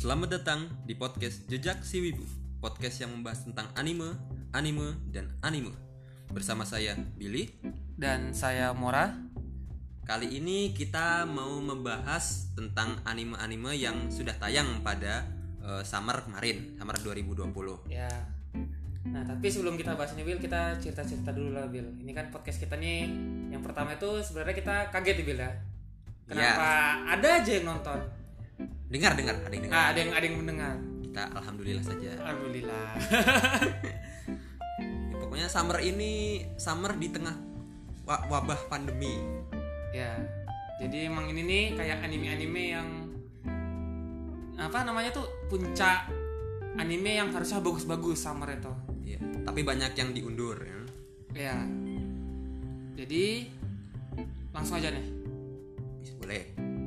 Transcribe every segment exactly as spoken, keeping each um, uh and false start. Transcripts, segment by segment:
Selamat datang di podcast Jejak Si Wibu, podcast yang membahas tentang anime, anime, dan anime. Bersama saya Billy dan saya Mora. Kali ini kita mau membahas tentang anime-anime yang sudah tayang pada uh, summer kemarin, summer dua ribu dua puluh. Ya. Nah, tapi sebelum kita bahas ini, Bil, kita cerita-cerita dulu lah, Bil. Ini kan podcast kita nih, yang pertama itu sebenarnya kita kaget ya, Bil ya. Kenapa ya. Ada aja yang nonton? Dengar, dengar, ada yang dengar. Ah, ada yang ada yang mendengar. Kita alhamdulillah saja. Alhamdulillah. Ya, pokoknya summer ini summer di tengah wabah pandemi. Ya. Jadi emang ini nih kayak anime-anime yang apa namanya tuh puncak anime yang harusnya bagus-bagus summer itu. Iya, tapi banyak yang diundur ya. Ya. Jadi langsung aja nih. Bisa boleh.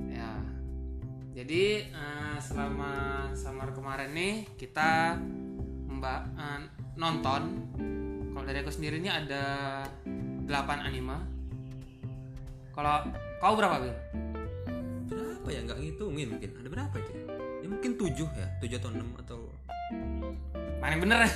Jadi uh, selama summer kemarin nih kita mbak uh, nonton. Kalau dari aku sendiri ini ada delapan anime. Kalau kau berapa, Bil? Berapa ya? Nggak ngitungin mungkin. Ada berapa itu? Ya mungkin tujuh ya, tujuh atau enam atau. Mana yang bener?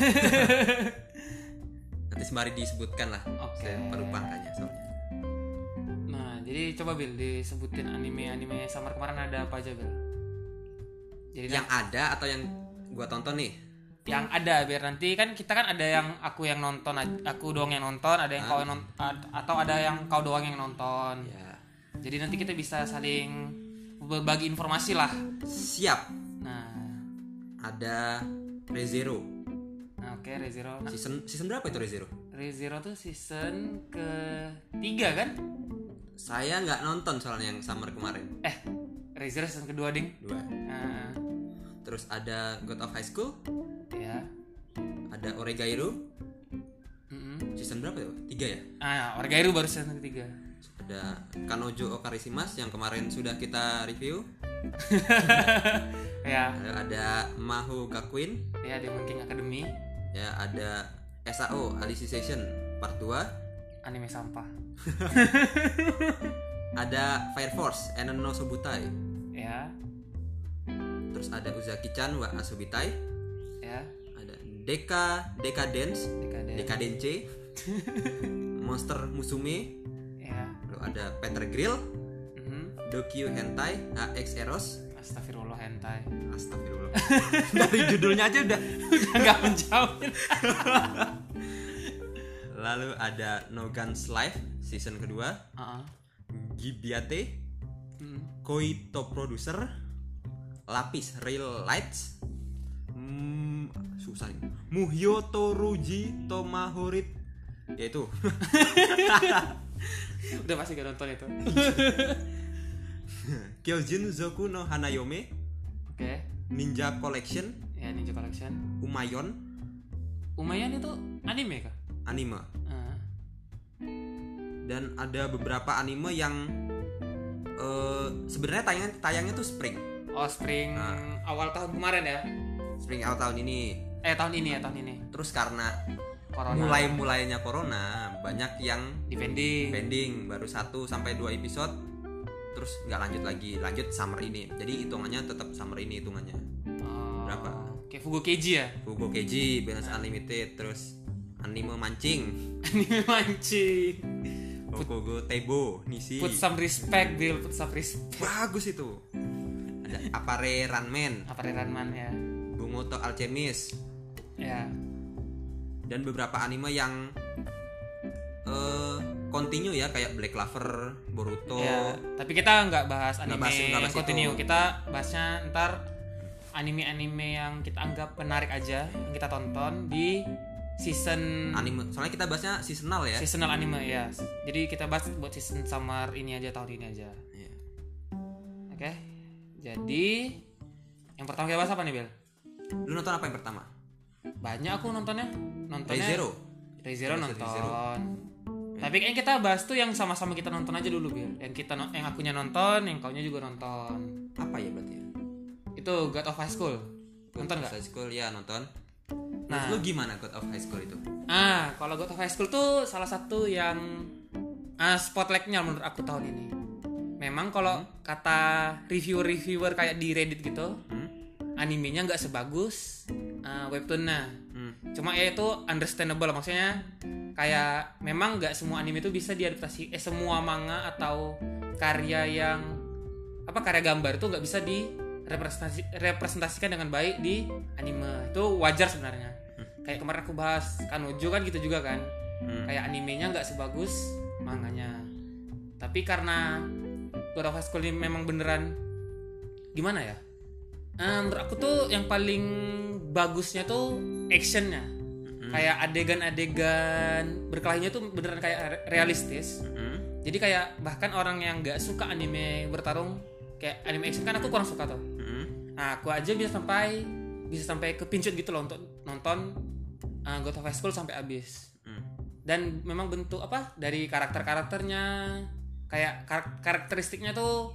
Nanti sembari disebutkan lah. Oke. Okay. Saya lupa angkanya soalnya. Jadi coba Bil disebutin anime-anime summer kemarin ada apa aja, Bil? Jadi yang nah, ada atau yang gua tonton nih? Yang ada, biar nanti kan kita kan ada yang aku yang nonton, aku doang yang nonton, ada yang ah. kau yang nonton, atau ada yang kau doang yang nonton. Ya. Jadi nanti kita bisa saling berbagi informasi lah. Siap. Nah, ada ReZero. Nah, oke, okay, ReZero. Nah, season season berapa itu ReZero? ReZero tuh season ketiga kan? Saya nggak nonton soalnya yang summer kemarin. Eh, ReZero season kedua, ding. Dua. Nah. Terus ada God of High School. Ya. Ada Oregairu. Mm-hmm. Season berapa ya? Tiga ya? Ah, Oregairu baru season ketiga. Ada Kanojo Okarishimas yang kemarin sudah kita review. Ya. Ada Mahou Gakuin. Ya, Demon King Academy. Ya, ada S A O Alicization Part dua. Anime sampah. Ada Fire Force Enen no Sobutai. Ya. Terus ada Uzaki-chan wa Asubitai. Ya. Ada Deka Decadence, Decadence. Decadence. Monster Musume. Ya. Lalu ada Peter Grill. Mm-hmm. Dokyu Hentai A X Eros. Astagfirullah hentai. Astagfirullah. Dari judulnya aja udah udah enggak menjauhin. Lalu ada No Guns Life season kedua. Uh-uh. Gibiate. Mm. Koito Producer. Lapis Real Lights. Hmm, susah ini. Muhyo Toruji Tomahorit. Ya itu. Udah pasti gak nonton itu. Kyojin Zoku no Hanayome. Oke. Okay. Ninja Collection. Ya, Ninja Collection. Umayon. Umayon itu anime kah? Anime. Uh. Dan ada beberapa anime yang uh, sebenarnya tayang tayangnya tuh spring. Oh, spring nah. Awal tahun kemarin ya? Spring awal tahun ini. Eh tahun ini ya tahun ini. Terus karena corona. mulai mulainya corona banyak yang depending. Pending baru satu sampai dua episode. Terus nggak lanjut lagi, lanjut summer ini. Jadi hitungannya tetap summer ini hitungannya. Oh, berapa? Kayak Fugo Keiji ya? Fugo Keiji, Balance nah. Unlimited, terus anime mancing. Anime mancing. Okugo Teibo, Nishi. Put some respect, Bill. Put some respect. Bagus itu. Ada Apare Ranman. Apare Ranman ya. Bungoto Alchemist. Ya. Dan beberapa anime yang uh, continue ya, kayak Black Clover, Boruto. Ya, tapi kita nggak bahas anime nggak bahas, nggak bahas yang continue. Itu. Kita bahasnya ntar anime-anime yang kita anggap menarik aja yang kita tonton di season anime. Soalnya kita bahasnya seasonal ya. Seasonal anime ya. Jadi kita bahas buat season summer ini aja, tahun ini aja. Iya. Oke. Okay. Jadi yang pertama kita bahas apa nih, Bel? Lu nonton apa yang pertama? Banyak aku nontonnya. Nontonnya ReZero. ReZero nonton. Zero. Tapi kayaknya kita bahas tuh yang sama-sama kita nonton aja dulu, Bel. Yang kita yang akunya nonton, yang kaunya juga nonton. Apa ya berarti ya? Itu God of High School. Nonton enggak? God of High School ya, nonton. Nah, lu gimana God of High School itu? Ah, kalau God of High School tuh salah satu yang ah, spotlightnya menurut aku tahun ini. Memang kalau hmm? kata reviewer-reviewer kayak di Reddit gitu, hmm? animenya nggak sebagus uh, webtoonnya. Hmm. Cuma ya itu understandable, maksudnya kayak memang nggak semua anime itu bisa diadaptasi, eh semua manga atau karya yang apa karya gambar itu nggak bisa direpresentasi representasikan dengan baik di anime. Itu wajar sebenarnya. Hmm. Kayak kemarin aku bahas Kanojo kan gitu juga kan. Hmm. Kayak animenya nggak sebagus manganya. Tapi karena God of High School ini memang beneran gimana ya? Uh, menurut aku tuh yang paling bagusnya tuh actionnya. Mm-hmm. Kayak adegan-adegan berkelahinya tuh beneran kayak realistis. Mm-hmm. Jadi kayak bahkan orang yang nggak suka anime bertarung kayak anime action kan aku kurang suka tuh. Mm-hmm. Nah aku aja bisa sampai bisa sampai kepincut gitu loh untuk nonton uh, God of High School sampai habis. Mm. Dan memang bentuk apa dari karakter-karakternya kayak kar- karakteristiknya tuh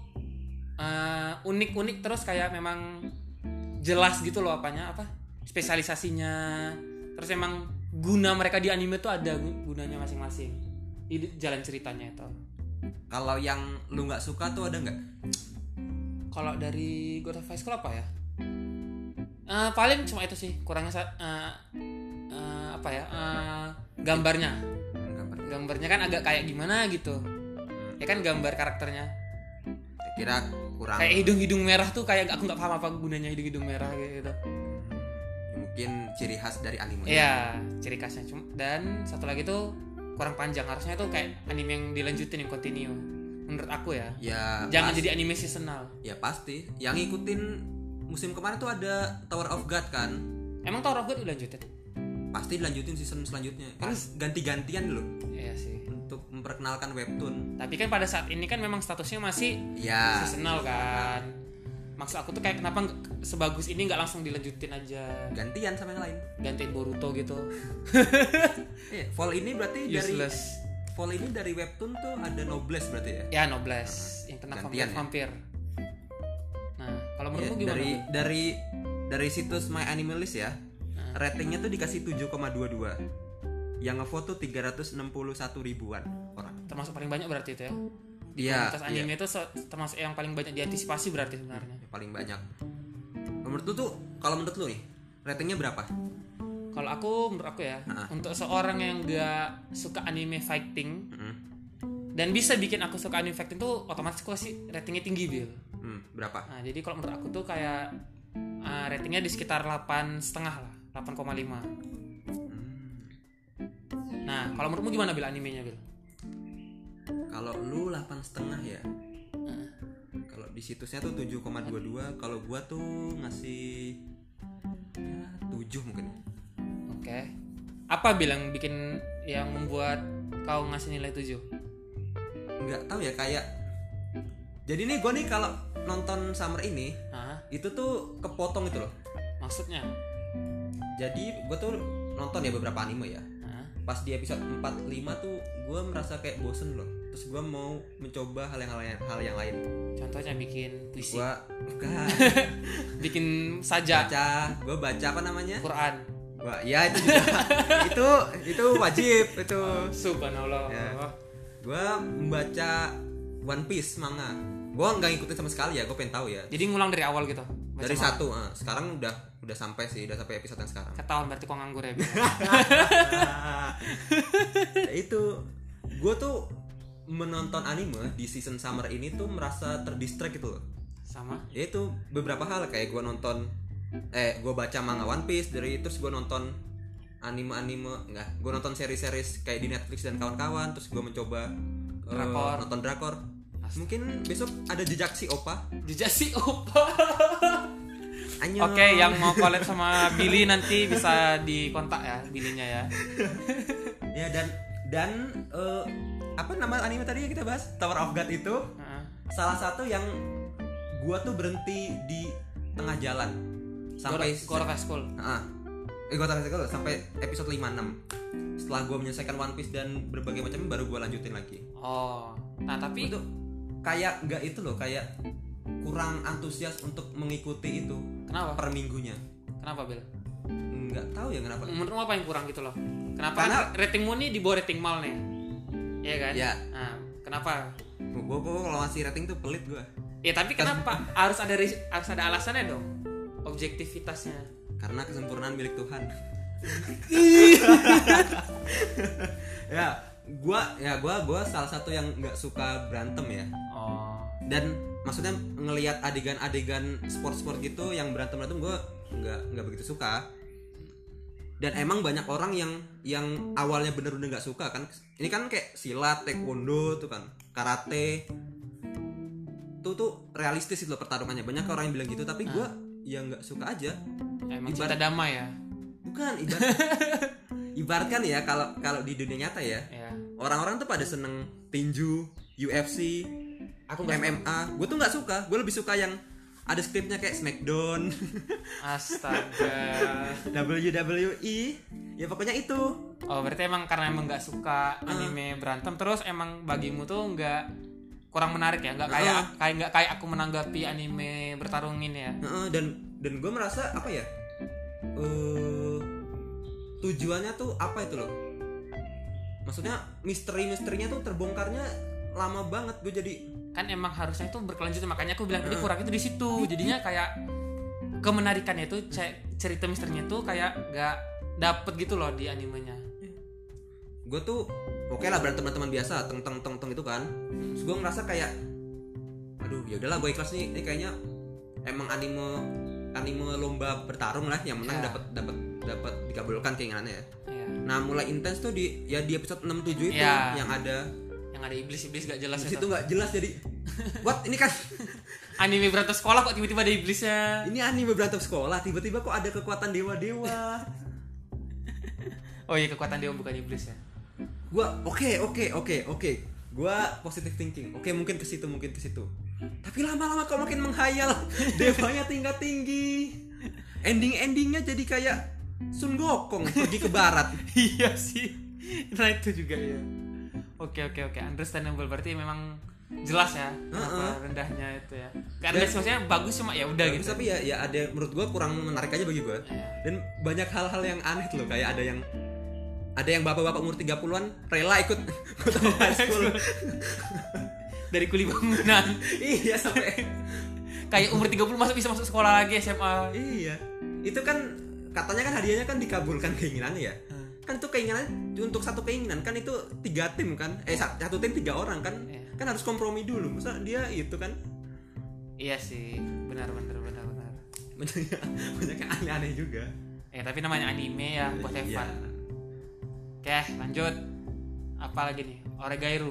Uh, unik-unik terus kayak memang jelas gitu loh apanya apa spesialisasinya, terus emang guna mereka di anime tuh ada gunanya masing-masing di jalan ceritanya itu. Kalau yang lu nggak suka tuh ada nggak? Kalau dari God of High School apa ya? Uh, paling cuma itu sih kurangnya uh, uh, apa ya uh, gambarnya. Gambar. Gambarnya kan agak kayak gimana gitu. Ya kan gambar karakternya. Kira kurang kayak hidung-hidung merah tuh kayak aku nggak paham apa gunanya hidung-hidung merah gitu. Mungkin ciri khas dari anime. Iya, ciri khasnya. Cuma dan satu lagi tuh kurang panjang, harusnya tuh kayak anime yang dilanjutin yang continue. Menurut aku ya. Ya. Jangan pasti. jadi anime seasonal. Ya pasti. Yang ngikutin musim kemarin tuh ada Tower of God kan. Emang Tower of God dilanjutin? Pasti dilanjutin season selanjutnya. Kan ganti-gantian loh. Iya sih. Untuk memperkenalkan webtoon. Tapi kan pada saat ini kan memang statusnya masih ya. seasonal kan. Maksud aku tuh kayak kenapa sebagus ini nggak langsung dilanjutin aja? Gantian sama yang lain. Gantiin Boruto gitu. eh, Fall ini berarti Useless. dari Fall ini dari webtoon tuh ada Noblesse berarti ya? Ya Noblesse nah, yang kena vampir-vampir. Ya? Nah, kalau menurutmu ya, gimana? Dari tuh? dari dari situs My Animalist ya. Nah. Ratingnya tuh dikasih tujuh koma dua dua. Yang ngevote tuh tiga ratus enam puluh satu ribuan orang. Termasuk paling banyak berarti itu ya? Iya. Komunitas anime itu iya. termasuk yang paling banyak diantisipasi berarti sebenarnya. Yang paling banyak. Menurut lu tuh, kalau menurut lu nih, ratingnya berapa? Kalau aku, menurut aku ya, uh-huh. untuk seorang yang gak suka anime fighting uh-huh. dan bisa bikin aku suka anime fighting tuh otomatis aku kasih ratingnya tinggi, Bil. Hmm, berapa? Nah, jadi kalau menurut aku tuh kayak uh, ratingnya di sekitar delapan setengah lah, delapan koma lima. Nah, kalau menurutmu gimana Bil animenya Bil? Kalau lu delapan setengah ya. Uh. Kalau di situsnya tuh tujuh koma dua dua. Kalau gua tuh ngasih ya tujuh mungkin. Oke. Okay. Apa bilang bikin yang membuat kau ngasih nilai tujuh? Enggak tahu ya kayak. Jadi nih gua nih kalau nonton Summer ini, uh. itu tuh kepotong itu loh. Maksudnya? Jadi gua tuh nonton ya beberapa anime ya. Pas di episode empat lima tuh gue merasa kayak bosen loh. Terus gue mau mencoba hal yang lain, hal yang lain. Contohnya bikin puisi. Gue bukan. Bikin saja. Baca. Gue baca apa namanya? Quran. Wah, ya itu juga. itu itu wajib itu. Oh, subhanallah. Ya. Gue membaca One Piece manga. Gue nggak ngikutin sama sekali ya. Gue pengen tahu ya. Jadi ngulang dari awal gitu. Dari manga. Satu. Uh, sekarang udah udah sampai sih, udah sampai episode yang sekarang. Ketahuan berarti kok nganggur ya. Nah, itu gue tuh menonton anime di season summer ini tuh merasa terdistract gitu loh. Sama? Ya itu beberapa hal kayak gue nonton eh gue baca manga One Piece dari terus gue nonton anime-anime enggak, gue nonton seri-series kayak di Netflix dan kawan-kawan, terus gue mencoba drakor. Uh, nonton drakor. Astaga. Mungkin besok ada jejak si Opa. Jejak si Opa. Oke, okay, yang mau collab sama Billy nanti bisa dikontak ya Billy-nya ya. Ya dan dan uh, apa nama anime tadi yang kita bahas? Tower of God itu uh-huh. salah satu yang gua tuh berhenti di tengah jalan sampai God of High School. Heeh. Eh God of High School sampai episode lima enam. Setelah gua menyelesaikan One Piece dan berbagai macam baru gua lanjutin lagi. Oh. Nah, tapi itu kayak enggak itu loh, kayak kurang antusias untuk mengikuti itu. Kenapa? Per minggunya. Kenapa, Bel? Enggak tahu ya kenapa. Menurutmu apa yang kurang gitu loh? Kenapa? Karena kan ratingmu nih di bawah rating Mal nih. Iya kan? Iya. Nah, kenapa? Gue kalau ngasih rating tuh pelit gue. Ya tapi kenapa? harus ada harus ada alasannya dong. objektivitasnya. Karena kesempurnaan milik Tuhan. ya, gua ya gua gua salah satu yang nggak suka berantem ya. Oh. Dan maksudnya ngelihat adegan-adegan sport-sport gitu yang berantem-berantem gue nggak nggak begitu suka. Dan emang banyak orang yang yang awalnya bener-bener nggak suka kan. Ini kan kayak silat, taekwondo tuh kan, karate. Tuh tuh realistis itu loh pertarungannya. Banyak orang yang bilang gitu, tapi gue ya nggak suka aja. Emang cinta damai ya? Bukan, ibarat ibaratkan ya kalau kalau di dunia nyata ya. Ya. Orang-orang tuh pada seneng tinju, U F C, Aku M M A. Gue tuh nggak suka. Gue lebih suka yang ada skripnya kayak Smackdown. Astaga. W W E. Ya pokoknya itu. Oh berarti emang karena emang nggak suka anime uh. berantem, terus emang bagimu tuh nggak kurang menarik ya? Nggak kayak uh. kayak nggak kayak aku menanggapi anime bertarung ini ya? Uh, dan dan gue merasa apa ya? Uh, tujuannya tuh apa itu loh? Maksudnya misteri-misterinya tuh terbongkarnya lama banget. Gue jadi kan emang harusnya itu berkelanjutan, makanya aku bilang ini kurang itu di situ. Jadinya kayak kemenarikannya itu cerita misterinya tuh kayak nggak dapet gitu loh di animenya. Gue tuh oke okay lah berantem teman biasa teng teng teng teng itu kan. Terus gue ngerasa kayak aduh ya udahlah gue ikhlas nih. Ini kayaknya emang anime anime lomba bertarung lah, yang menang dapat yeah. dapat dapat dikabulkan keinginannya ya. Yeah. Nah mulai intens tuh di ya di episode enam tujuh itu yeah. yang ada yang ada iblis-iblis gak jelas itu nggak jelas. Jadi what ini kan anime berantem sekolah kok tiba-tiba ada iblisnya. Ini anime berantem sekolah tiba-tiba kok ada kekuatan dewa-dewa. Oh iya, kekuatan dewa bukan iblis ya. Gua oke okay, oke okay, oke okay, oke okay. Gua positive thinking. Oke okay, mungkin ke situ mungkin ke situ. Tapi lama-lama kok makin menghayal. Dewanya tingkat tinggi. Ending-endingnya jadi kayak Sun Gokong pergi ke barat. Iya sih. Nah itu juga ya. Oke oke oke, understandable. Berarti memang jelas ya uh-uh. rendahnya itu ya. Karena maksudnya bagus cuma ya udah gitu. Tapi ya ya ada menurut gua kurang menarik aja bagi gua. Yeah. Dan banyak hal-hal yang aneh loh, kayak ada yang ada yang bapak-bapak umur tiga puluhan rela ikut high school. Dari kuli bangunan. Iya sampai kayak umur tiga puluh masuk bisa masuk sekolah lagi S M A. Iya. Itu kan katanya kan hadiahnya kan dikabulkan keinginannya ya. Hmm. Kan itu keinginan untuk satu keinginan kan itu tiga tim kan. Eh satu tim tiga orang kan. Yeah. Kan harus kompromi dulu. Masa dia itu kan. Iya sih, benar benar benar benar. Banyak banyak yang aneh-aneh juga. Eh tapi namanya anime ya buat have fun. Oke, lanjut. Apa lagi nih? Oregairu.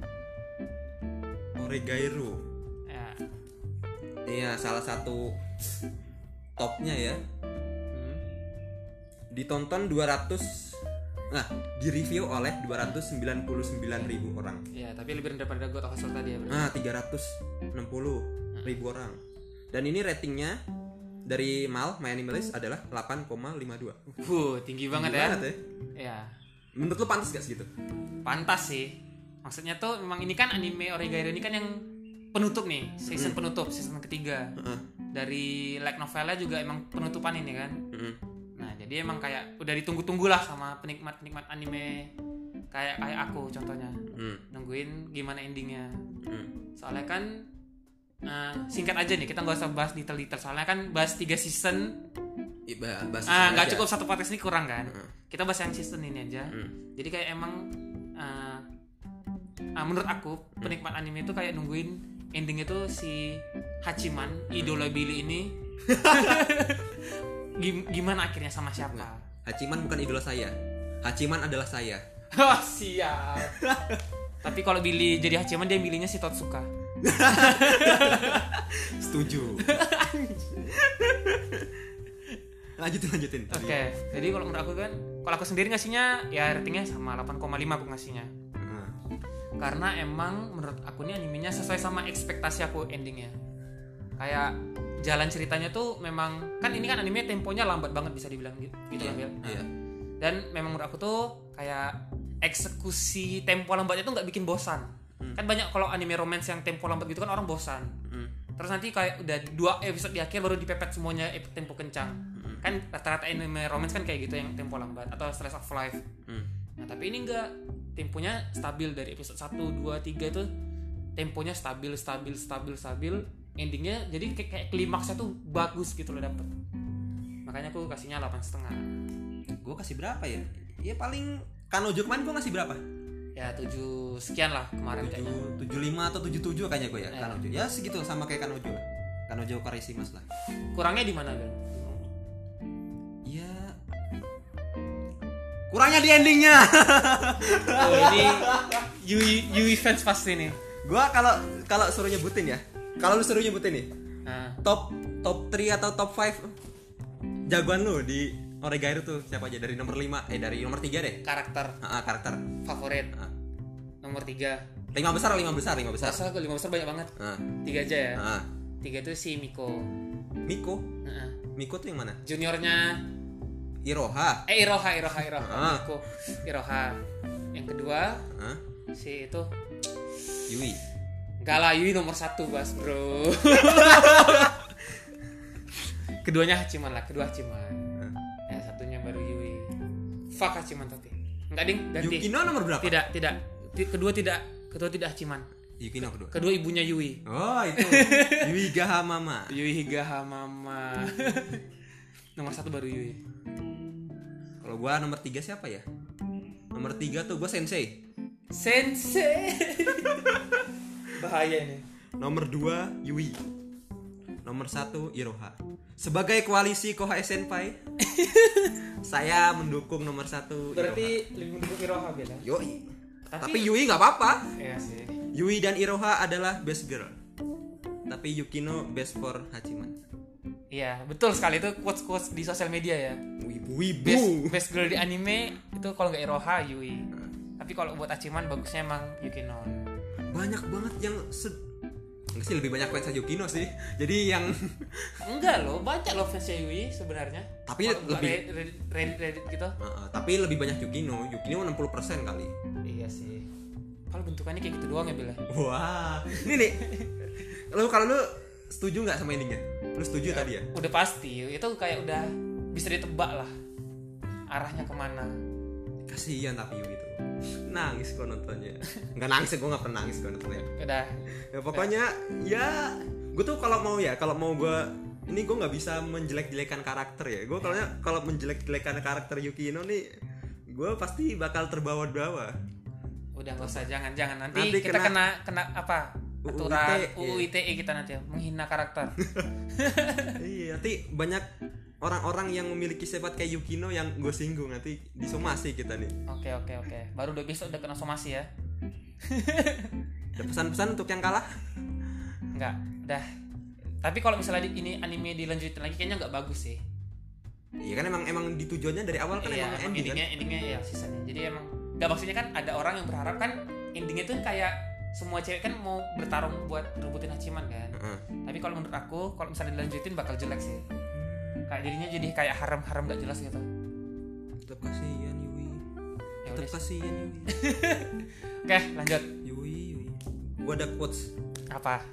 Oregairu. Ya. Iya, salah satu topnya ya. Hmm. Ditonton dua ratus Nah, di-review oleh dua ratus sembilan puluh sembilan ribu orang. Iya, tapi lebih rendah daripada God of War tadi ya, berarti. Nah, tiga ratus enam puluh ribu orang. Dan ini ratingnya dari M A L, My Animalist adalah delapan koma lima dua. Wuh, tinggi banget tinggi ya. Banget ya. Iya. Menurut lo pantas gak segitu? Pantas sih. Maksudnya tuh memang ini kan anime Oregairu ini kan yang penutup nih, season mm. penutup, season ketiga. Uh-uh. Dari light novelnya juga emang penutupan ini kan. Uh-uh. Nah, jadi emang kayak udah ditunggu-tunggu lah sama penikmat-penikmat anime kayak kayak aku contohnya. Uh. Nungguin gimana endingnya. Uh. Soalnya kan uh, singkat aja nih, kita nggak usah bahas detail-detail. Soalnya kan bahas tiga season. Iba, bahas ah, nggak cukup satu podcast ini kurang kan. Uh. Kita bahas yang season ini aja. Hmm. Jadi kayak emang uh, uh, menurut aku penikmat anime itu kayak nungguin endingnya tuh si Hachiman, idola Billy ini gimana akhirnya sama siapa? Nggak. Hachiman bukan idola saya. Hachiman adalah saya. Oh, siap. Tapi kalau Billy jadi Hachiman, dia milihnya si Totsuka. Setuju. Lanjutin lanjutin. Oke, okay. Jadi kalau menurut aku kan, kalau aku sendiri ngasihnya ya ratingnya sama delapan koma lima aku ngasihnya. Hmm. Karena emang menurut aku nih animenya sesuai sama ekspektasi aku endingnya. Kayak jalan ceritanya tuh memang kan ini kan anime temponya lambat banget bisa dibilang gitu, gitu yeah, kan, Bil. Iya. Dan memang menurut aku tuh kayak eksekusi tempo lambatnya tuh nggak bikin bosan. Hmm. Kan banyak kalau anime romance yang tempo lambat gitu kan orang bosan. Hmm. Terus nanti kayak udah dua episode di akhir baru dipepet semuanya tempo kencang. Kan rata-rata anime romance kan kayak gitu yang tempo lambat atau Slice of Life. Hmm. Nah, tapi ini enggak, temponya stabil dari episode satu, dua, tiga itu temponya stabil, stabil, stabil, stabil endingnya jadi kayak, kayak klimaksnya tuh bagus gitu loh dapet. Makanya aku kasihnya delapan setengah. Gue kasih berapa ya? Ya paling Kanojo kemarin gue ngasih berapa? Ya tujuh sekian lah kemarin kayaknya. tujuh lima atau tujuh tujuh kayaknya gue ya, ya. Kanojo. Ya segitu sama kayak Kanojo lah. Kanojo Karishimas lah. Kurangnya di mana, Bel? Ya kurangnya di endingnya. Oh, ini Yui Yui fans pasti nih. Gue kalau kalau suruh nyebutin ya, kalau lu suruh nyebutin nih, Nah, top top tiga atau top lima jagoan lu di Oregairu tuh siapa aja dari nomor lima eh dari nomor tiga deh. karakter Ah, karakter. favorit. Ah. Nomor tiga. Lima besar, lima besar, lima besar. Masa lima besar banyak banget. Ah. Tiga aja ya. Ah. Tiga itu si Miko. Miko. Nah, Miko tuh yang mana? juniornya Iroha. eh Iroha Iroha Iroha. Ah. Miko Iroha. Yang kedua Ah. si itu Yui. enggak lah, Yui nomor satu Bas bro. Keduanya Hachiman lah, kedua Hachiman. Ah. Ya satunya baru Yui. Fuck Hachiman tapi. Enggak ding, ganti. Yukino nomor berapa? Tidak, tidak. Ti- Kedua tidak, kedua tidak Hachiman. Yukino kedua. Kedua ibunya Yui. Oh itu Yui Gahamama. Yui Higahamama. Nomor satu baru Yui. Kalau gua nomor tiga siapa ya? Nomor tiga tuh gua Sensei. Sensei. Bahaya ini. Nomor dua Yui. Nomor satu Iroha. Sebagai koalisi Kohai Senpai, saya mendukung nomor satu. Berarti lebih mendukung Iroha beda. Yoi. Tapi- Tapi, Yui nggak apa-apa. Iya sih. Yui dan Iroha adalah best girl. Tapi Yukino best for Hachiman. Iya, betul sekali itu quotes-quotes di sosial media ya. Wibu Best wibu. best girl di anime itu kalau nggak Iroha Yui. Tapi kalau buat Hachiman bagusnya emang Yukino. Banyak banget yang se- Enggak sih, lebih banyak fans Yukino sih. Jadi yang Enggak loh, banyak loh fansnya Yui sebenarnya. Tapi Kalau buka lebih- Reddit, Reddit, Reddit, Reddit gitu. Uh, tapi lebih banyak Yukino. Yukino enam puluh persen kali. Iya sih. Kalau bentukannya kayak gitu doang ya Bella. Wah. Ini nih. Lu kalau lu setuju nggak sama endingnya? Lu setuju tadi ya? Udah pasti, itu kayak udah bisa ditebak lah arahnya kemana. Kasihan tapi Yui itu. Nangis gua nontonnya. Enggak nangis, gua enggak pernah nangis gua nontonnya. Udah. Ya pokoknya ya gua tuh kalau mau ya, kalau mau gua ini gua nggak bisa menjelek-jelekan karakter ya. Gua kalau kalau menjelek-jelekan karakter Yukino nih gua pasti bakal terbawa-bawa. Udah nggak usah, jangan jangan nanti, Nanti kita kena- kena kena apa U U I T E, aturan iya. U U I T E kita nanti ya, menghina karakter. Iya, nanti banyak orang-orang yang memiliki sifat kayak Yukino yang gue singgung, nanti disomasi kita nih. Oke oke oke, baru udah besok udah kena somasi ya. Ada pesan-pesan untuk yang kalah? Enggak, udah. Tapi kalau misalnya di- ini anime dilanjutin lagi kayaknya nggak bagus sih. Iya kan emang emang ditujuannya dari awal kan Iya, emang emang ending endingnya kan. endingnya ya sisanya. Jadi emang nggak, maksudnya kan ada orang yang berharap kan endingnya tuh kayak semua cewek kan mau bertarung buat rebutin Hachiman kan. Heeh. Tapi kalau menurut aku kalau misalnya dilanjutin bakal jelek sih. Kayak jadinya jadi kayak haram-haram nggak jelas gitu. Tetap kasihan Yui. Ya Tetap udah. kasihan Yui. Oke, lanjut. Yui, Yui. Gua ada quotes. Apa?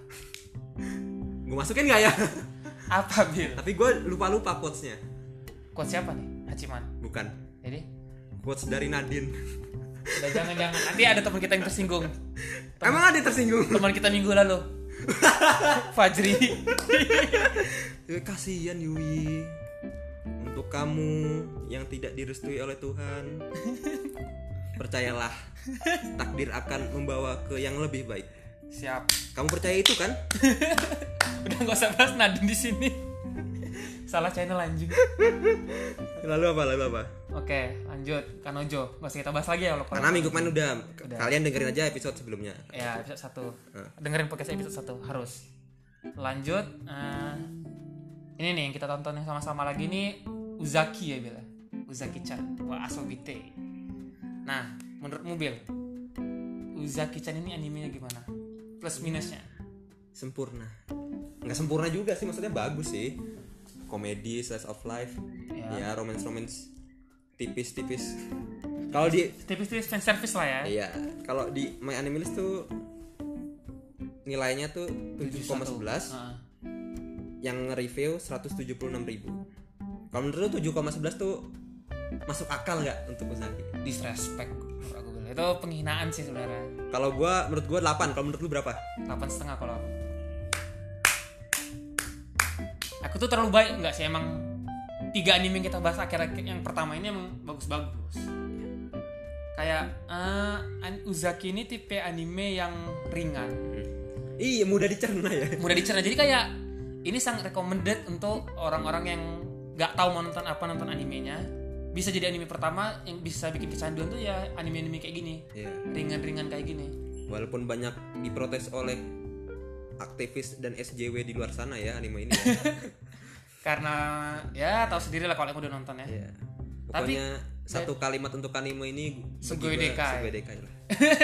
Gue masukin nggak ya? Apa Bil? Tapi gue lupa-lupa quotesnya. Quote siapa nih? Hachiman. Bukan. Jadi Quotes dari Nadine. udah jangan-jangan nanti ada teman kita yang tersinggung. Teman, Emang ada yang tersinggung? teman kita minggu lalu. Fajri. Ya, kasihan Yui. Untuk kamu yang tidak direstui oleh Tuhan, percayalah, takdir akan membawa ke yang lebih baik. Siap. Kamu percaya itu kan? Udah nggak usah bahas Nadine di sini. Salah channel anjing. Lalu apa? Lalu apa? Oke, lanjut Kanojo. Gak usah kita bahas lagi ya kalau Karena minggu kemarin udah, Udah. kalian dengerin aja episode sebelumnya. ya episode satu. Hmm. Dengerin podcast episode satu harus. Lanjut. eh, ini nih yang kita tonton yang sama-sama lagi nih Uzaki ya Bil. Uzaki-chan. Wah, Asobite. Nah, menurutmu Bil, Uzaki-chan ini animenya gimana? Plus minusnya? Sempurna. Nggak sempurna juga sih, maksudnya bagus sih. Komedi, slice of life, Ya. ya romance-romance tipis-tipis. Kalau di Tipis-tipis fan service lah ya. Iya, kalau di My Anime List tuh nilainya tuh tujuh koma sebelas, Heeh. yang review seratus tujuh puluh enam ribu. Kalau menurut lu tujuh koma sebelas tuh masuk akal nggak untuk Uzaki? Disrespect menurut aku Bil. Itu penghinaan sih sebenarnya. Kalau gua, menurut gua delapan. Kalau menurut lu berapa? Delapan setengah kalau aku. aku tuh terlalu baik nggak sih? Emang tiga anime yang kita bahas akhir-akhir yang pertama ini emang bagus-bagus. Kayak uh, Uzaki ini tipe anime yang ringan. Hmm. Iya, mudah dicerna ya. Mudah dicerna. Jadi kayak ini sangat recommended untuk orang-orang yang nggak tahu mau nonton apa nonton animenya. Bisa jadi anime pertama yang bisa bikin kecanduan tuh ya anime-anime kayak gini. Yeah. Ringan-ringan kayak gini. Walaupun banyak diprotes oleh aktivis dan S J W di luar sana ya anime ini. Ya. Karena ya tahu sendiri lah kalau aku udah nonton ya. Yeah. Pokoknya tapi, satu kalimat untuk anime ini Sugoi Dekai. Sugoi Dekai lah.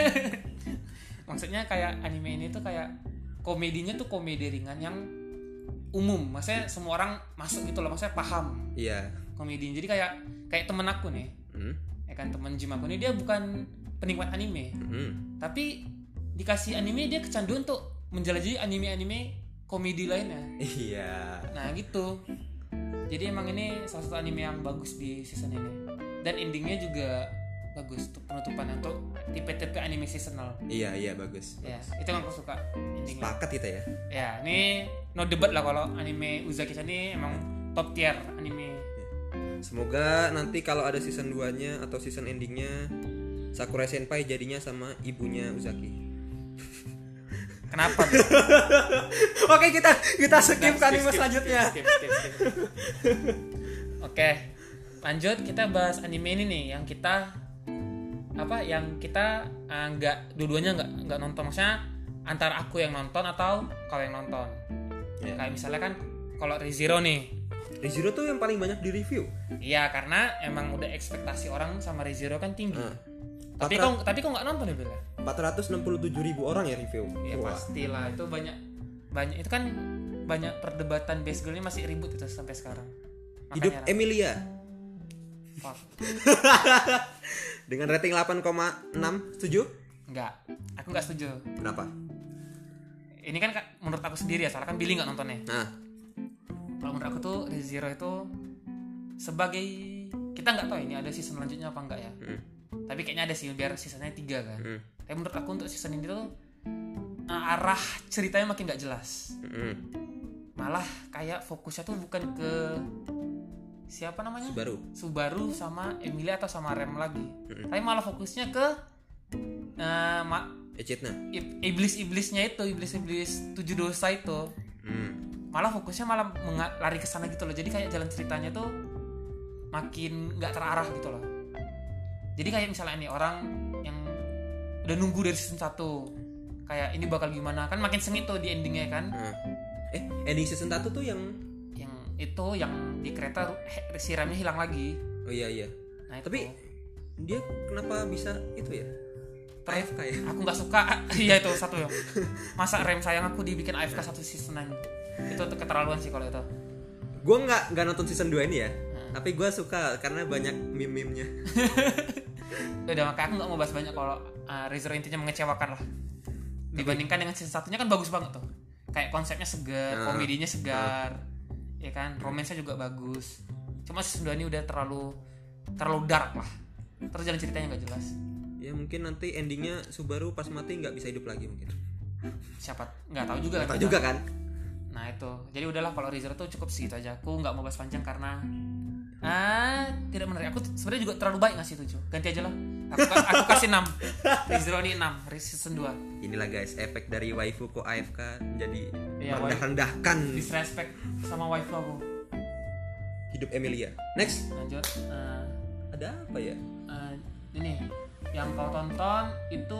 Maksudnya kayak anime ini tuh kayak komedinya tuh komedi ringan yang umum. Maksudnya semua orang masuk gitu loh, maksudnya paham. Iya. Yeah. Komedinya. Jadi kayak kayak temen aku nih. Hmm? Ya kan temen gym aku nih dia bukan penikmat anime. Hmm. Tapi dikasih anime dia kecanduan untuk menjelajahi anime-anime komedi lainnya. Iya. Nah gitu. Jadi emang ini salah satu anime yang bagus di season ini. Dan endingnya juga bagus untuk penutupan untuk tipe-tipe anime seasonal. Iya iya bagus. Ya itu yang aku suka. Endingnya. Sepakat kita ya. Ya ini no debat lah kalau anime Uzaki ini emang top tier anime. Semoga nanti kalau ada season dua-nya atau season endingnya Sakura Senpai jadinya sama ibunya Uzaki. Kenapa? Oke kita kita skip ke anime selanjutnya. Skip, skip, skip, skip. Oke, lanjut kita bahas anime ini nih yang kita apa? Yang kita nggak uh, dua-duanya nggak nggak nonton, maksudnya antara aku yang nonton atau kau yang nonton. Yeah. Kayak misalnya kan kalau ReZero nih. ReZero tuh yang paling banyak di review. Iya karena emang udah ekspektasi orang sama ReZero kan tinggi. Uh. Tapi kok tapi kok nggak nonton ya Bella? empat ratus enam puluh tujuh ribu orang ya review. Ya wah. Pastilah itu banyak banyak itu kan banyak perdebatan base girl-nya masih ribut itu sampai sekarang. Makanya hidup lah. Emilia. Fuck. Dengan rating delapan koma enam setuju? Enggak. Aku enggak setuju. Kenapa? Ini kan menurut aku sendiri ya, soalnya kan Billy enggak nontonnya. Nah. Kalau menurut aku tuh ReZero itu sebagai kita enggak tahu ini ada season selanjutnya apa enggak ya. Hmm. Tapi kayaknya ada sih biar seasonnya tiga kan. Hmm. Tapi menurut aku untuk season ini tuh uh, arah ceritanya makin gak jelas. Hmm. Malah kayak fokusnya tuh bukan ke siapa namanya? Subaru. Subaru sama Emilia atau sama Rem lagi. Hmm. Tapi malah fokusnya ke uh, ma- Echidna. Iblis-iblisnya itu, iblis-iblis tujuh dosa itu. Hmm. Malah fokusnya malah menga- lari ke sana gitu loh. Jadi kayak jalan ceritanya tuh makin gak terarah gitu loh. Jadi kayak misalnya nih orang yang udah nunggu dari season satu kayak ini bakal gimana kan makin sengit tuh di endingnya kan. Hmm. Eh ending season satu tuh yang yang itu yang di kereta si remnya hilang lagi. Oh iya iya. Nah, itu. Tapi dia kenapa bisa itu ya? A F K ya? Aku nggak suka. Iya itu satu ya. Masa rem sayang aku dibikin A F K satu seasonan. Itu tuh keterlaluan sih kalau itu. Gue nggak nggak nonton season dua ini ya. Hmm. Tapi gue suka karena banyak meme-memenya. Udah makanya aku nggak mau bahas banyak kalau uh, ReZero intinya mengecewakan lah. Dibandingkan dengan season satunya kan bagus banget tuh. Kayak konsepnya segar, nah, komedinya segar, nah. Ya kan, romansnya juga bagus. Cuma season dua ini udah terlalu terlalu dark lah. Terus jalan ceritanya nggak jelas. Ya mungkin nanti endingnya Subaru pas mati nggak bisa hidup lagi mungkin. Siapa? Nggak tahu juga. Nggak tahu juga kan. Nah itu, jadi udahlah kalau ReZero tuh cukup segitu aja. Aku nggak mau bahas panjang karena ah tidak menarik. Aku sebenarnya juga terlalu baik ngasih tujuh. Ganti aja lah. Aku, aku kasih enam. ReZero ini enam. Season dua. Inilah guys efek dari waifu kok A F K jadi ya, merendah-rendahkan. Disrespect sama waifu aku. Hidup Emilia. Next. Lanjut. Uh, Ada apa ya? Uh, ini yang kau tonton itu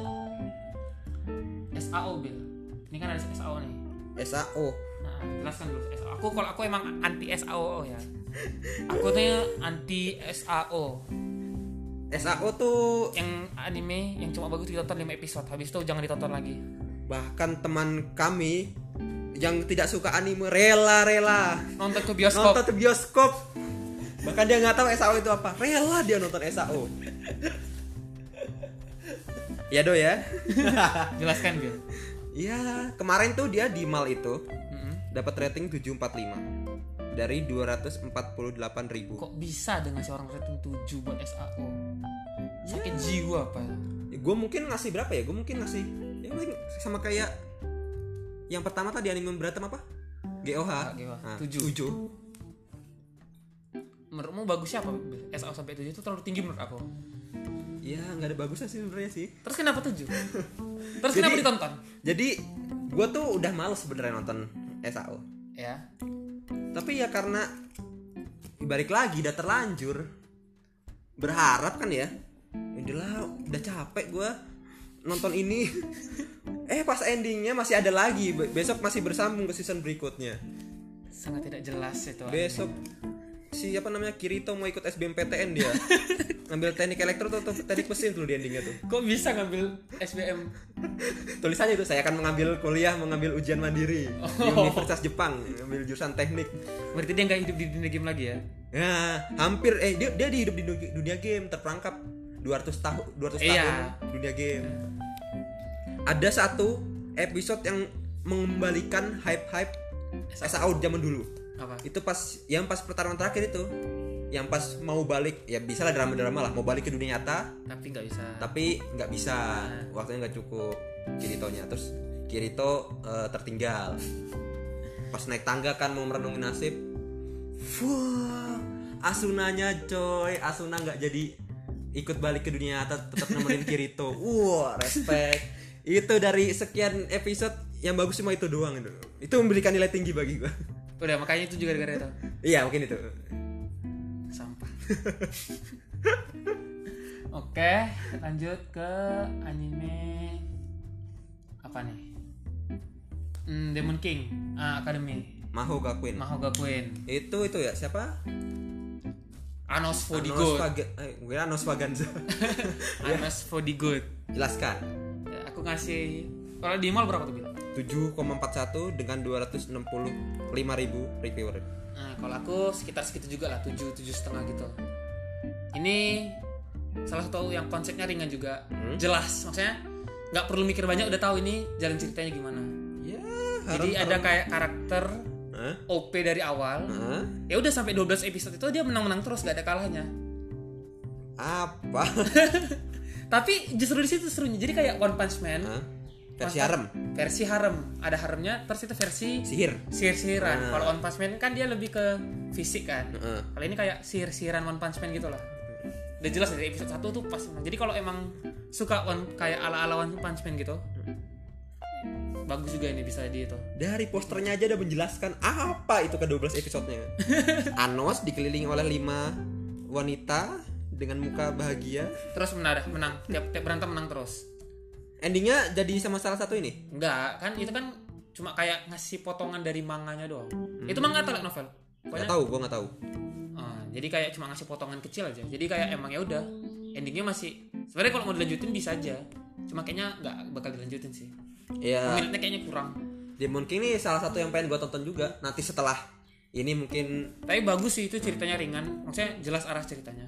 S A O Bill. Ini kan ada S A O nih. S A O. Nah, jelaskan dulu S A O. Aku kalau aku emang anti S A O ya. Aku tuh anti S A O. S A O tuh yang anime yang cuma bagus ditonton lima episode, habis itu jangan ditonton lagi. Bahkan teman kami yang tidak suka anime rela-rela nonton ke bioskop. Nonton ke bioskop. Bahkan dia nggak tahu S A O itu apa. Rela dia nonton S A O. Ya do ya. Jelaskan Bil. Ya kemarin tuh dia di mall itu mm-hmm. dapat rating tujuh koma empat lima dari dua ratus empat puluh delapan ribu. Kok bisa dengan seorang rating tujuh buat S A O? Sakit yeah. jiwa apa? Ya, gue mungkin ngasih berapa ya? Gue mungkin ngasih ya sama kayak yang pertama tadi anime berantem apa? G O H. G O H. Nah, tujuh. tujuh. Menurutmu bagusnya apa? S A O sampai tujuh itu terlalu tinggi menurut aku. Ya nggak ada bagusnya sih sebenarnya sih. Terus kenapa tujuh? Terus Jadi- kenapa ditonton? Jadi gue tuh udah males sebenarnya nonton S A O. Ya. Tapi ya karena balik lagi udah terlanjur berharap kan ya. Udahlah, udah capek gue nonton ini. Eh pas endingnya masih ada lagi. Be- Besok masih bersambung ke season berikutnya. Sangat tidak jelas itu. Besok si apa namanya Kirito mau ikut S B M P T N dia. Ngambil teknik elektro atau teknik mesin tuh di endingnya tuh. Kok bisa ngambil S B M? Tulisannya itu saya akan mengambil kuliah, mengambil ujian mandiri di Oh. Universitas Jepang, ngambil jurusan teknik. Berarti dia nggak hidup di dunia game lagi ya? Ya, hampir eh dia dia hidup di dunia, dunia game, terperangkap dua ratus tahun dua ratus Iya. tahun dunia game. Ada satu episode yang mengembalikan hype-hype S A O zaman dulu. Apa? Itu pas yang pas pertarungan terakhir itu. Yang pas mau balik, ya bisa lah drama-drama lah, mau balik ke dunia nyata, Tapi nggak bisa. tapi nggak bisa, waktunya nggak cukup Kiritonya. Terus Kirito eh, tertinggal. Pas naik tangga kan mau merenungi nasib, wah, Asunanya coy, Asuna nggak jadi ikut balik ke dunia nyata, tetap nemenin Kirito. Wah, respect. Itu dari sekian episode yang bagus cuma itu doang itu. Itu memberikan nilai tinggi bagi gua. Udah, makanya itu juga gara-gara itu. Iya, mungkin itu. Sampah. Oke, lanjut ke anime apa nih? Hmm, Demon King ah, Academy. Maho Gakuin. Mahogakuin. Itu itu ya siapa? Anos for the Anos good. Faga- eh, gue Anos Faganza. Anos for the good. Jelaskan. Ya, aku ngasih kalau di mall berapa tuh Bil? tujuh koma empat satu dengan dua ratus enam puluh lima ribu reviewer. Nah, kalau aku sekitar segitu juga lah, tujuh tujuh setengah gitu. Ini salah satu yang konsepnya ringan juga, Hmm. jelas. Maksudnya nggak perlu mikir banyak, udah tahu ini jalan ceritanya gimana. Ya, Jadi ada kayak karakter Hah? O P dari awal. Hah? Ya udah sampai dua belas episode itu dia menang-menang terus, gak ada kalahnya. Apa? Tapi justru di situ serunya. Jadi kayak One Punch Man. Hah? Versi One- harem. Versi harem. Ada haremnya, terus itu versi Sihir. sihir-sihiran. Ah. Kalau One Punch Man kan dia lebih ke fisik kan. Heeh. Kalau ini kayak sihir-sihiran One Punch Man gitu lah. Udah jelas dari episode satu tuh pas. Jadi kalau emang suka one, kayak ala-ala One Punch Man gitu, bagus juga ini bisa di itu. Dari posternya aja udah menjelaskan apa itu ke dua belas episodenya. Anos dikelilingi oleh lima wanita dengan muka bahagia. Terus menang, menang. Tiap, tiap berantem menang terus. Endingnya jadi sama salah satu ini. Enggak, kan itu kan cuma kayak ngasih potongan dari manganya doang. Itu manga atau light novel? Gak tahu, gue nggak tahu. Ah, jadi kayak cuma ngasih potongan kecil aja. Jadi kayak emang ya udah. Endingnya masih. Sebenarnya kalau mau dilanjutin bisa aja. Cuma kayaknya nggak bakal dilanjutin sih. Ya, Minatnya kayaknya kurang. Demon King ini salah satu yang pengen gue tonton juga. Nanti setelah ini mungkin Tapi bagus sih itu ceritanya ringan. Maksudnya jelas arah ceritanya.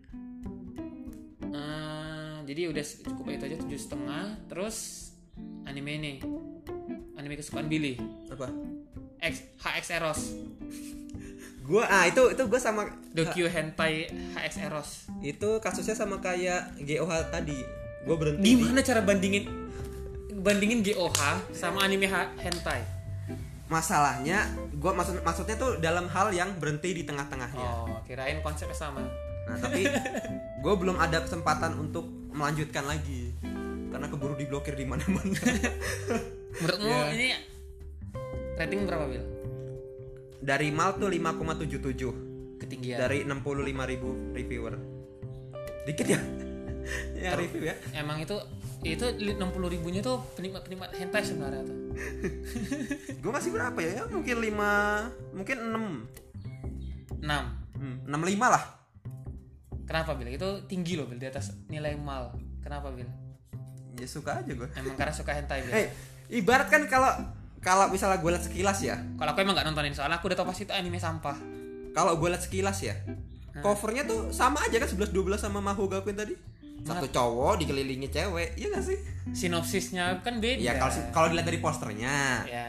Ah, jadi udah cukup itu aja tujuh setengah. Terus anime ini, anime kesukaan Billy. apa? X H X Eros. Gua ah itu itu gue sama Dokyo Hentai H X Eros. itu kasusnya sama kayak G O H tadi. Gue berhenti. Gimana cara bandingin bandingin G O H sama anime ha- hentai? Masalahnya, gue maksud maksudnya tuh dalam hal yang berhenti di tengah-tengahnya. Oh, kirain konsepnya sama. Nah tapi gue belum ada kesempatan untuk melanjutkan lagi karena keburu diblokir di mana-mana. Menurutmu Ya. ini rating berapa Bil? Dari Mal tuh lima koma tujuh tujuh Ketinggian. dari enam puluh lima ribu reviewer. Dikit ya? Ya review ya. Emang itu itu enam puluh ribunya tuh penikmat-penikmat hentai sebenarnya tuh. Gue masih berapa ya? Ya mungkin lima, mungkin enam, enam. hmm, enam lima lah. Kenapa Bil? Itu tinggi loh Bil, di atas nilai mal. Kenapa Bil? Ya suka aja gue. Emang karena suka hentai Bil. Eh, ibarat kan kalau kalau misalnya gue liat sekilas ya, Kalau aku emang gak nontonin soalnya aku udah tau pasti itu anime sampah. kalau gue liat sekilas ya, covernya tuh sama aja kan sebelas dua belas sama Maho Gakuin tadi. Satu cowok dikelilingi cewek, iya gak sih? Sinopsisnya kan beda. Ya kalau kalau dilihat dari posternya. Ya.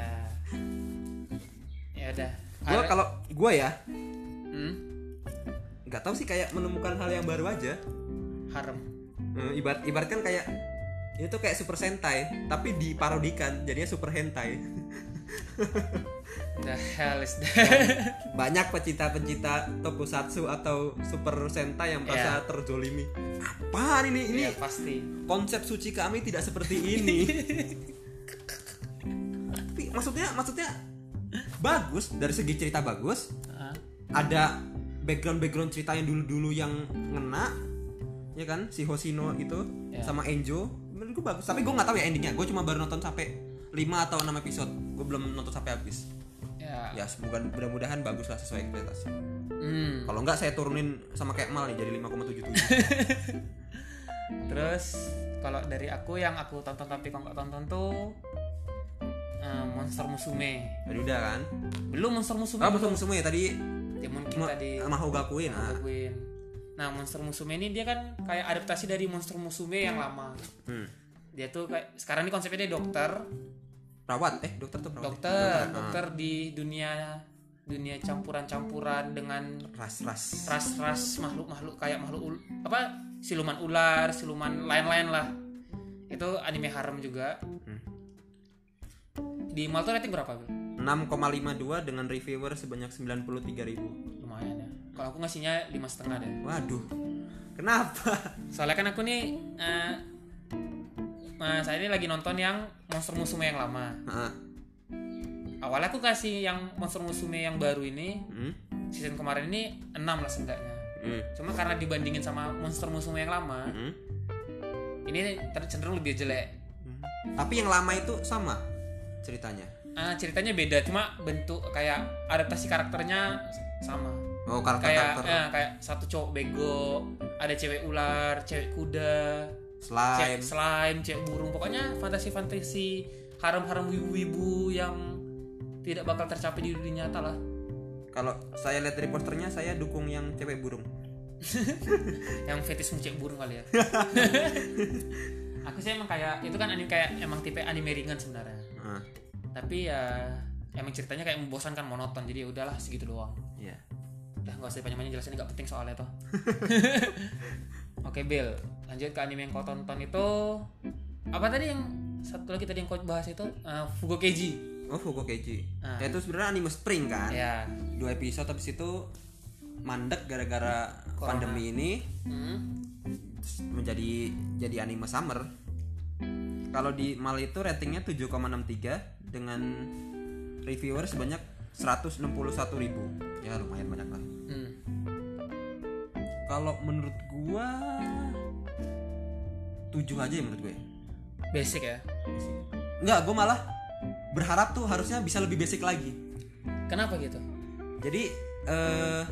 Ya udah. Gue Ada- kalau gue ya hmm? nggak tahu sih kayak menemukan hal yang baru aja. harem. Hmm, ibarat ibarat kan kayak ini tuh kayak Super Sentai tapi diparodikan jadinya Super Hentai. The hell is that? Banyak pecinta-pecinta tokusatsu atau Super Sentai yang merasa yeah. terzolimi. Apaan ini? Ini yeah, pasti. Konsep suci kami tidak seperti ini. Tapi maksudnya maksudnya bagus dari segi cerita bagus. Uh-huh. Ada background-background cerita yang dulu-dulu yang ngena, ya kan? Si Hoshino itu yeah. sama Enjo, menurut gue bagus. Tapi gue nggak tahu ya endingnya. Gue cuma baru nonton sampai lima atau enam episode. Gue belum nonton sampai habis. Ya, ya semoga mudah-mudahan bagus lah sesuai ekspektasi. Hmm. Kalau enggak saya turunin sama kayak Mal nih jadi lima koma tujuh tujuh. Terus kalau dari aku yang aku tonton tapi kok nggak tonton tuh uh, Monster Musume. Tadi udah kan? Belum Monster Musume. Oh, Monster Musume ya tadi. Demon kita di Mahogakuin. Mahogakuin. Nah, Monster Musume ini dia kan kayak adaptasi dari Monster Musume yang lama. Hmm. Dia tuh kayak sekarang ini konsepnya dia dokter. Perawat eh dokter tuh perawat. Dokter, dokter, dokter ah. di dunia dunia campuran-campuran dengan ras-ras ras-ras makhluk-makhluk kayak makhluk ul- apa siluman ular, siluman lain-lain lah. Itu anime harem juga. Hmm. Di Mal tuh rating berapa, Bil? enam koma lima dua dengan reviewer sebanyak sembilan puluh tiga ribu. Lumayan ya. Kalau aku ngasihnya lima koma lima deh. Waduh. Kenapa? Soalnya kan aku nih uh, Nah, saya ini lagi nonton yang Monster Musume yang lama. Uh-huh. Awalnya aku kasih yang Monster Musume yang baru ini, hmm? season kemarin ini enam lah seenggaknya. Hmm. Cuma karena dibandingin sama Monster Musume yang lama, hmm? ini cenderung lebih jelek. Hmm. Tapi yang lama itu sama ceritanya? Ah, ceritanya beda, cuma bentuk kayak adaptasi karakternya sama. Oh, karakter kayak karakter. Ya, kayak satu cowok bego, ada cewek ular, cewek kuda. Slime, cewek slime, cewek burung, pokoknya fantasi-fantasi haram-haram wibu-wibu yang tidak bakal tercapai di dunia nyata lah. Kalau saya lihat dari posternya, saya dukung yang cewek burung. Yang fetish cewek burung kali ya. Aku sih emang kayak itu kan anime kayak emang tipe anime ringan sebenarnya. Uh. Tapi ya emang ceritanya kayak membosankan, monoton, jadi ya udahlah segitu doang. Iya. Yeah. Udah nggak usah panjang-panjang jelasin, nggak penting soalnya toh. Oke, Bill, lanjut ke anime yang kau tonton itu apa tadi yang satu lagi tadi yang kau bahas itu uh, Fugokeiji. Oh, Fugokeiji. Nah. Ya itu sebenarnya anime spring kan? Ya. Dua episode habis itu mandek gara-gara Corona. Pandemi ini. Hmm. Menjadi jadi anime summer. Kalau di Mal itu ratingnya tujuh koma enam tiga dengan reviewer sebanyak seratus enam puluh satu ribu. Ya lumayan banyak lah. Hmm. Kalau menurut gua tujuh aja ya menurut gue. Basic ya? Basic. Enggak, gua malah berharap tuh harusnya bisa lebih basic lagi. Kenapa gitu? Jadi uh,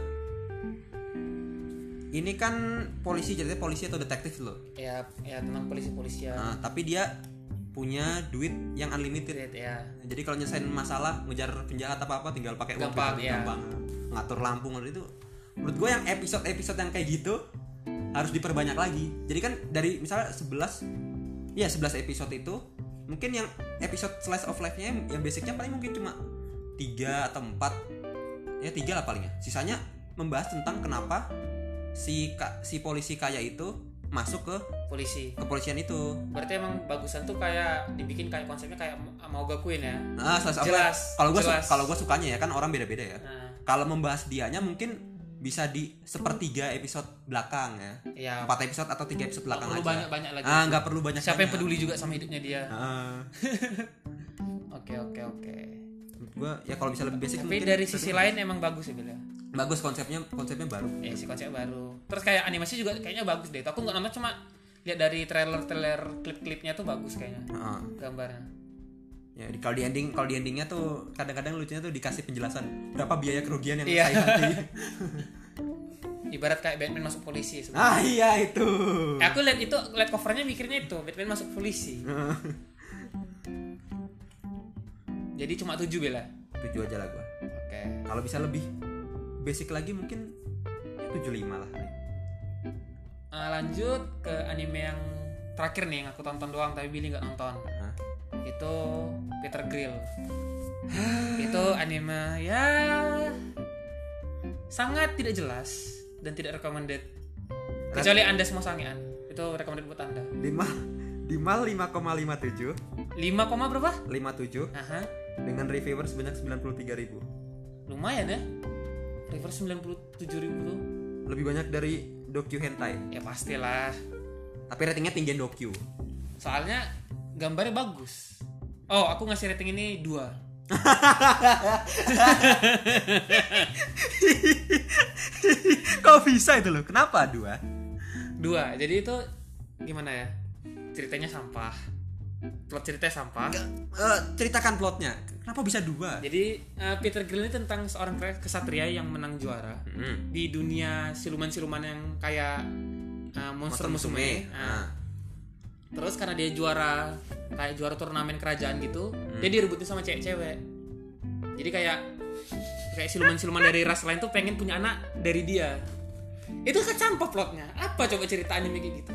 ini kan polisi, jadi polisi atau detektif loh. Ya, ya tentang polisi-polisian. Nah, tapi dia punya duit yang unlimited. Duit, ya. Jadi kalau nyelesain masalah, ngejar penjahat apa-apa tinggal pakai uang gampang, ya. gampang. Ngatur lampu itu. Menurut gue yang episode-episode yang kayak gitu harus diperbanyak lagi. Jadi kan dari misalnya sebelas ya sebelas episode itu mungkin yang episode slice of life-nya yang basicnya paling mungkin cuma tiga atau empat. Ya tiga lah palingnya. Sisanya membahas tentang kenapa si si polisi kaya itu masuk ke polisi kepolisian itu. Berarti emang bagusan tuh kayak dibikin kayak konsepnya kayak mau gakuin ya. Nah, jelas. Kalau gue kalau gue sukanya ya kan orang beda-beda ya. Nah. Kalau membahas dianya mungkin bisa di sepertiga episode belakang ya. Ya. Empat episode atau tiga episode belakang aja. Perlu banyak-banyak lagi. Ah, nggak perlu banyak. Siapa yang peduli juga sama hidupnya dia. Ah. Oke oke oke. Gue ya kalau bisa lebih basic. Tapi mungkin dari sisi lain emang bagus ya Bil ya. Bagus konsepnya, konsepnya baru. Ya si konsepnya baru. Terus kayak animasi juga kayaknya bagus deh. Aku nggak nama cuma lihat dari trailer-trailer klip-klipnya tuh bagus kayaknya. Uh-huh. Gambarnya. Ya, di, kalau di ending, kalau di endingnya tuh kadang-kadang lucunya tuh dikasih penjelasan berapa biaya kerugian yang iya. saya nanti. Ibarat kayak Batman masuk polisi sebenarnya. Ah iya itu. Eh, aku lihat itu, lihat covernya mikirnya itu Batman masuk polisi. Jadi cuma tujuh Bella. Tujuh aja lah gua. Oke. Okay. Kalau bisa lebih basic lagi mungkin ya tujuh lima lah. Uh, lanjut ke anime yang terakhir nih yang aku tonton doang tapi Billy nggak nonton. Hah? Itu Peter Grill. Itu anime ya sangat tidak jelas dan tidak recommended. Kecuali Anda semua sangean. Itu recommended buat Anda. lima lima lima koma lima tujuh. lima, berapa? lima tujuh. Aha. dengan reviewer sebanyak sembilan puluh tiga ribu. Lumayan ya. Reviewer sembilan puluh tujuh ribu tuh. Lebih banyak dari docu hentai. Ya pastilah. Tapi ratingnya tinggian docu. Soalnya gambarnya bagus. Oh, aku ngasih rating ini dua. Kok bisa itu loh? Kenapa dua? Dua. Jadi itu gimana ya? Ceritanya sampah. Plot ceritanya sampah. Nggak, uh, ceritakan plotnya. Kenapa bisa dua? Jadi uh, Peter Grill ini tentang seorang kesatria yang menang juara hmm. di dunia siluman-siluman yang kayak uh, monster musume. Nah, terus karena dia juara kayak juara turnamen kerajaan gitu, hmm. dia direbutin sama cewek-cewek. Jadi kayak kayak siluman-siluman dari ras lain tuh pengen punya anak dari dia. Itu kan sampah plotnya. Apa coba cerita anime kayak gitu?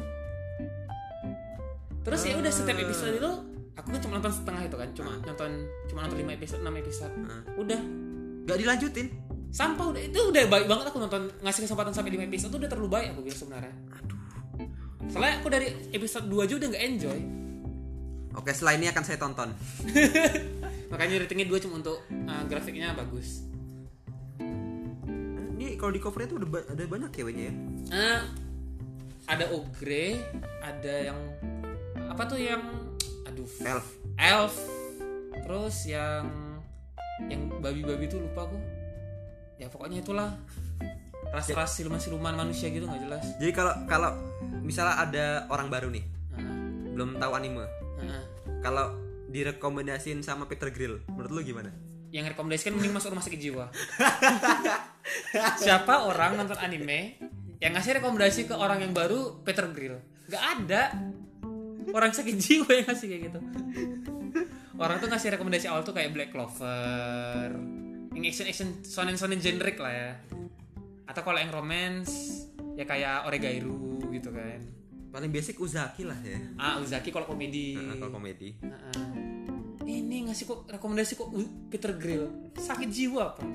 Terus uh. ya udah setiap episode itu aku kan cuma nonton setengah itu kan, cuma uh. nonton cuma nonton lima episode, enam episode. Uh. Udah gak dilanjutin. Sampah udah. Itu udah baik banget aku nonton, ngasih kesempatan sampai lima episode itu udah terlalu baik aku bilang sebenarnya. Aduh. Soalnya aku dari episode dua aja udah enggak enjoy. Oke, setelah ini akan saya tonton. Makanya ratingnya dua cuma untuk uh, grafiknya bagus. Ini kalau di covernya tuh ada, ba- ada banyak ceweknya ya? Uh, ada ogre, ada yang apa tuh yang aduh elf. Elf. Terus yang yang babi-babi tuh lupa aku. Ya pokoknya itulah. Ras-ras siluman-siluman manusia gitu enggak jelas. Jadi kalau kalau misalnya ada orang baru nih. Uh. Belum tahu anime. Uh. Kalau direkomendasiin sama Peter Grill, menurut lu gimana? Yang rekomendasikan mending masuk rumah sakit jiwa. Siapa orang nonton anime yang ngasih rekomendasi ke orang yang baru Peter Grill? Gak ada. Orang sakit jiwa yang ngasih kayak gitu. Orang tuh ngasih rekomendasi awal tuh kayak Black Clover, yang action-action shonen-shonen generic lah ya. Atau kalau yang romance ya kayak Oregairu gitu kan. Paling basic Uzaki lah ya. Ah, Uzaki kalau komedi. Nah, kalau komedi. Nah, ini ngasih kok rekomendasi kok uh, Peter Grill. Sakit jiwa apa?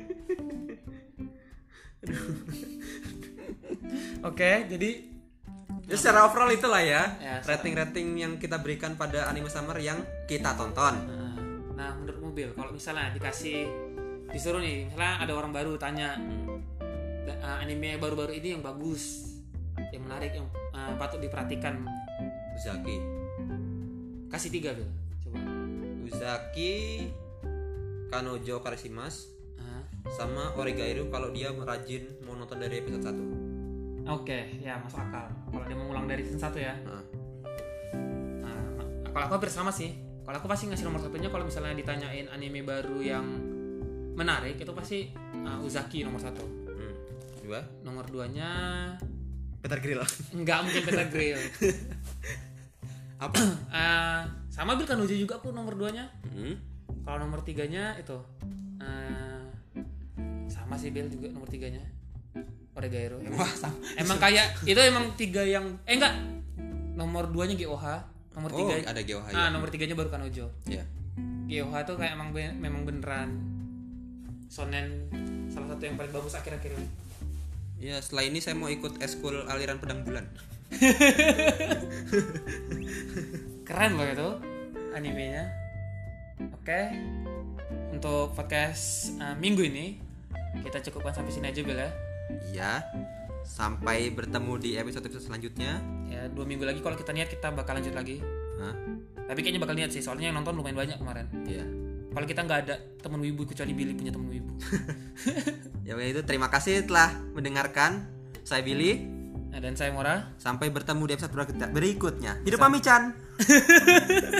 Oke, jadi ya secara overall itulah ya, ya rating-rating yang kita berikan pada Anime Summer yang kita tonton. Nah, nah menurut mobil kalau misalnya dikasih disuruh nih, misalnya ada orang baru tanya uh, anime baru-baru ini yang bagus, yang menarik, yang uh, patut diperhatikan. Uzaki. Kasih tiga Bil, coba. Uzaki, Kanojo Karishimas, uh. sama Oregairu kalau dia rajin mau nonton dari episode satu. Oke, okay, ya masuk akal. Kalau dia mau ngulang dari season satu ya. Uh. Nah, kalau aku hampir sama sih. Kalau aku pasti ngasih nomor satunya kalau misalnya ditanyain anime baru yang menarik itu pasti uh, Uzaki nomor satu. Hmm. Dua? Nomor duanya Peter Grill. Enggak mungkin Peter Grill. Apa? uh, sama Bil Kanojo juga aku nomor duanya. Hmm. Kalau nomor tiganya itu uh, sama sih Bil juga nomor tiganya. Oregairu. Emang, Wah, sama. emang kayak itu emang tiga yang eh enggak. Nomor duanya G O H, nomor oh, tiga ada G O H. Ah, ya. nomor tiganya baru Kanojo. Iya. Yeah. G O H tuh kayak emang be- memang beneran shonen salah satu yang paling bagus akhir-akhir ini. Ya, setelah ini saya mau ikut eskul aliran pedang bulan. Keren loh itu animenya. Oke. Untuk podcast uh, minggu ini kita cukupkan sampai sini aja Bil ya. Iya. Sampai bertemu di episode-episode selanjutnya. Ya, dua minggu lagi kalau kita niat kita bakal lanjut lagi. Hah? Tapi kayaknya bakal niat sih, soalnya yang nonton lumayan banyak kemarin. Iya. Kalau kita nggak ada temen wibu kecuali Billy punya temen wibu. Ya itu terima kasih telah mendengarkan. Saya Billy. Nah, dan saya Mora. Sampai bertemu di episode berikutnya. Hidup Mami-chan.